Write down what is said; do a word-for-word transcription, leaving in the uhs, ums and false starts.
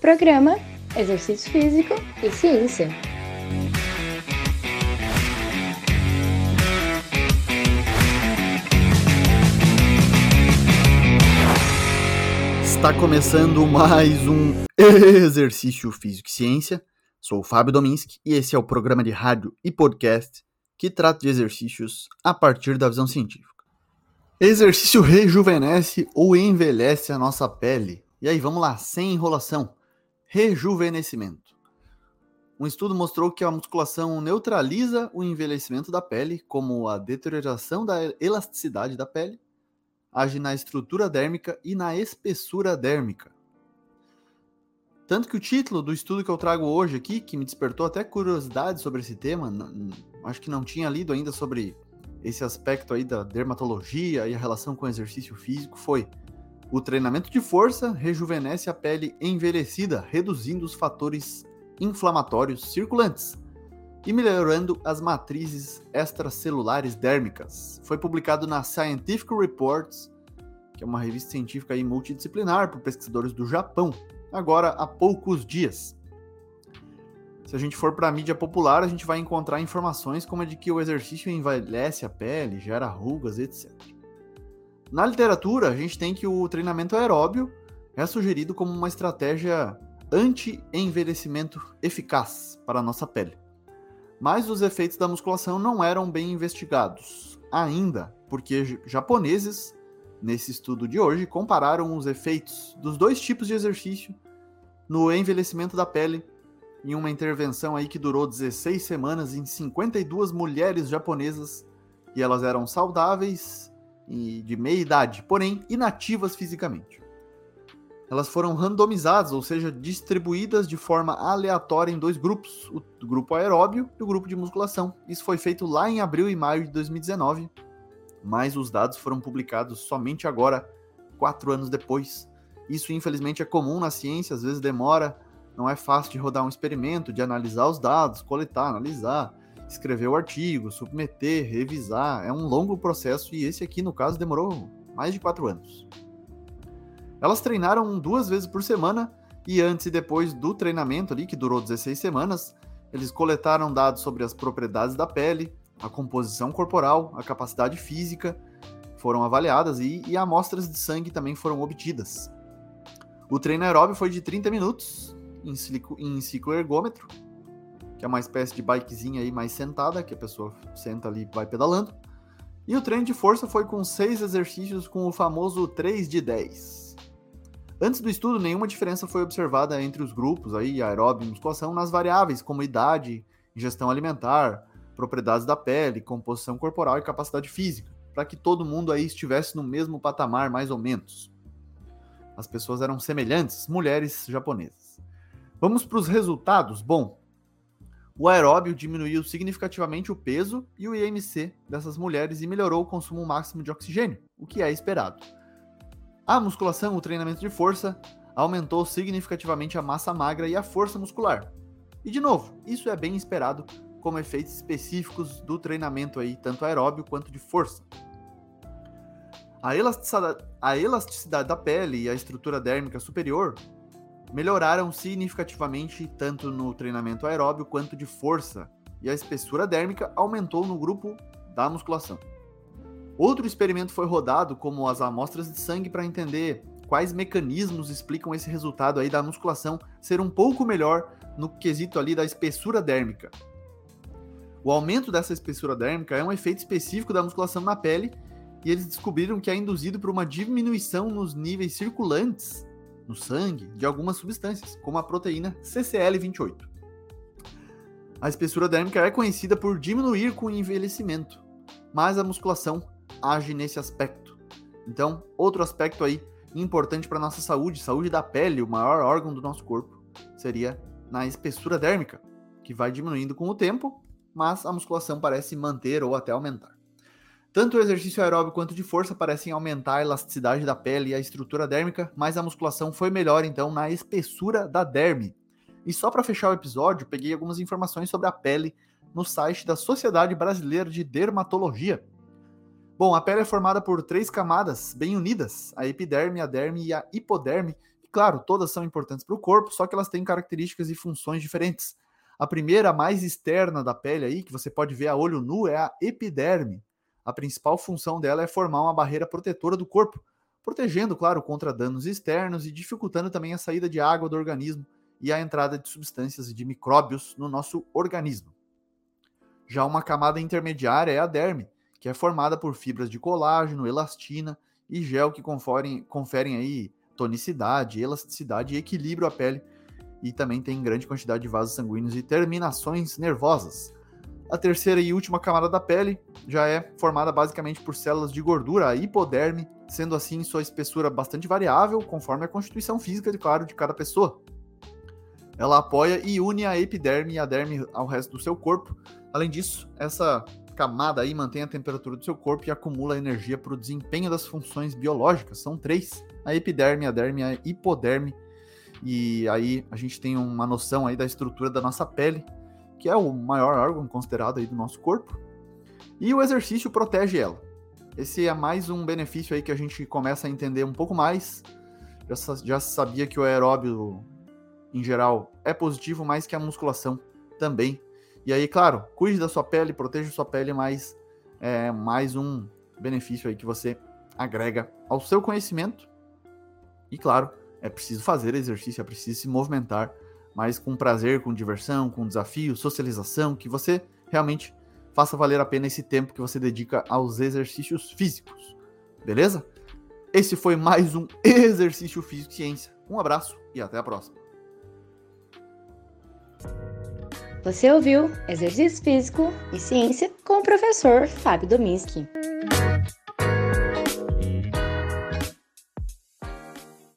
Programa Exercício Físico e Ciência. Está começando mais um Exercício Físico e Ciência. Sou o Fábio Dominski e esse é o programa de rádio e podcast que trata de exercícios a partir da visão científica. Exercício rejuvenesce ou envelhece a nossa pele? E aí, vamos lá, sem enrolação. Rejuvenescimento. Um estudo mostrou que a musculação neutraliza o envelhecimento da pele, como a deterioração da elasticidade da pele, age na estrutura dérmica e na espessura dérmica. Tanto que o título do estudo que eu trago hoje aqui, que me despertou até curiosidade sobre esse tema, não, acho que não tinha lido ainda sobre esse aspecto aí da dermatologia e a relação com o exercício físico, foi: o treinamento de força rejuvenesce a pele envelhecida, reduzindo os fatores inflamatórios circulantes e melhorando as matrizes extracelulares dérmicas. Foi publicado na Scientific Reports, que é uma revista científica aí multidisciplinar por pesquisadores do Japão, agora há poucos dias. Se a gente for para a mídia popular, a gente vai encontrar informações como a de que o exercício envelhece a pele, gera rugas, etcétera. Na literatura, a gente tem que o treinamento aeróbio é sugerido como uma estratégia anti-envelhecimento eficaz para a nossa pele. Mas os efeitos da musculação não eram bem investigados ainda, porque japoneses, nesse estudo de hoje, compararam os efeitos dos dois tipos de exercício no envelhecimento da pele em uma intervenção aí que durou dezesseis semanas em cinquenta e duas mulheres japonesas, e elas eram saudáveis e de meia idade, porém inativas fisicamente. Elas foram randomizadas, ou seja, distribuídas de forma aleatória em dois grupos, o grupo aeróbio e o grupo de musculação. Isso foi feito lá em abril e maio de dois mil e dezenove, mas os dados foram publicados somente agora, quatro anos depois. Isso, infelizmente, é comum na ciência, às vezes demora, não é fácil de rodar um experimento, de analisar os dados, coletar, analisar, escrever o artigo, submeter, revisar. É um longo processo e esse aqui, no caso, demorou mais de quatro anos. Elas treinaram duas vezes por semana e antes e depois do treinamento ali, que durou dezesseis semanas, eles coletaram dados sobre as propriedades da pele, a composição corporal, a capacidade física, foram avaliadas e, e amostras de sangue também foram obtidas. O treino aeróbio foi de trinta minutos em ciclo, em ciclo ergômetro, que é uma espécie de bikezinha aí mais sentada, que a pessoa senta ali e vai pedalando. E o treino de força foi com seis exercícios com o famoso três de dez. Antes do estudo, nenhuma diferença foi observada entre os grupos, aí, aeróbio e musculação, nas variáveis como idade, ingestão alimentar, propriedades da pele, composição corporal e capacidade física, para que todo mundo aí estivesse no mesmo patamar, mais ou menos. As pessoas eram semelhantes, mulheres japonesas. Vamos para os resultados? Bom, o aeróbio diminuiu significativamente o peso e o I M C dessas mulheres e melhorou o consumo máximo de oxigênio, o que é esperado. A musculação, o treinamento de força, aumentou significativamente a massa magra e a força muscular. E de novo, isso é bem esperado como efeitos específicos do treinamento aí, tanto aeróbio quanto de força. A elasticidade, a elasticidade da pele e a estrutura dérmica superior melhoraram significativamente tanto no treinamento aeróbio quanto de força, e a espessura dérmica aumentou no grupo da musculação. Outro experimento foi rodado, como as amostras de sangue, para entender quais mecanismos explicam esse resultado aí da musculação ser um pouco melhor no quesito ali da espessura dérmica. O aumento dessa espessura dérmica é um efeito específico da musculação na pele, e eles descobriram que é induzido por uma diminuição nos níveis circulantes no sangue de algumas substâncias, como a proteína C C L vinte e oito. A espessura dérmica é conhecida por diminuir com o envelhecimento, mas a musculação age nesse aspecto. Então, outro aspecto aí importante para a nossa saúde, saúde da pele, o maior órgão do nosso corpo, seria na espessura dérmica, que vai diminuindo com o tempo, mas a musculação parece manter ou até aumentar. Tanto o exercício aeróbio quanto de força parecem aumentar a elasticidade da pele e a estrutura dérmica, mas a musculação foi melhor então na espessura da derme. E só para fechar o episódio, peguei algumas informações sobre a pele no site da Sociedade Brasileira de Dermatologia. Bom, a pele é formada por três camadas bem unidas, a epiderme, a derme e a hipoderme, claro, todas são importantes para o corpo, só que elas têm características e funções diferentes. A primeira, a mais externa da pele aí, que você pode ver a olho nu, é a epiderme. A principal função dela é formar uma barreira protetora do corpo, protegendo, claro, contra danos externos e dificultando também a saída de água do organismo e a entrada de substâncias e de micróbios no nosso organismo. Já uma camada intermediária é a derme, que é formada por fibras de colágeno, elastina e gel que conferem, conferem aí tonicidade, elasticidade e equilíbrio à pele, e também tem grande quantidade de vasos sanguíneos e terminações nervosas. A terceira e última camada da pele já é formada basicamente por células de gordura, a hipoderme, sendo assim sua espessura bastante variável, conforme a constituição física, claro, de cada pessoa. Ela apoia e une a epiderme e a derme ao resto do seu corpo. Além disso, essa camada aí mantém a temperatura do seu corpo e acumula energia para o desempenho das funções biológicas. São três: a epiderme, a derme e a hipoderme. E aí a gente tem uma noção aí da estrutura da nossa pele, que é o maior órgão considerado aí do nosso corpo. E o exercício protege ela. Esse é mais um benefício aí que a gente começa a entender um pouco mais. Já, já sabia que o aeróbio, em geral, é positivo, mais que a musculação também. E aí, claro, cuide da sua pele, proteja sua pele, mas é mais um benefício aí que você agrega ao seu conhecimento. E claro, é preciso fazer exercício, é preciso se movimentar, mas com prazer, com diversão, com desafio, socialização, que você realmente faça valer a pena esse tempo que você dedica aos exercícios físicos. Beleza? Esse foi mais um Exercício Físico e Ciência. Um abraço e até a próxima. Você ouviu Exercício Físico e Ciência com o professor Fábio Dominski.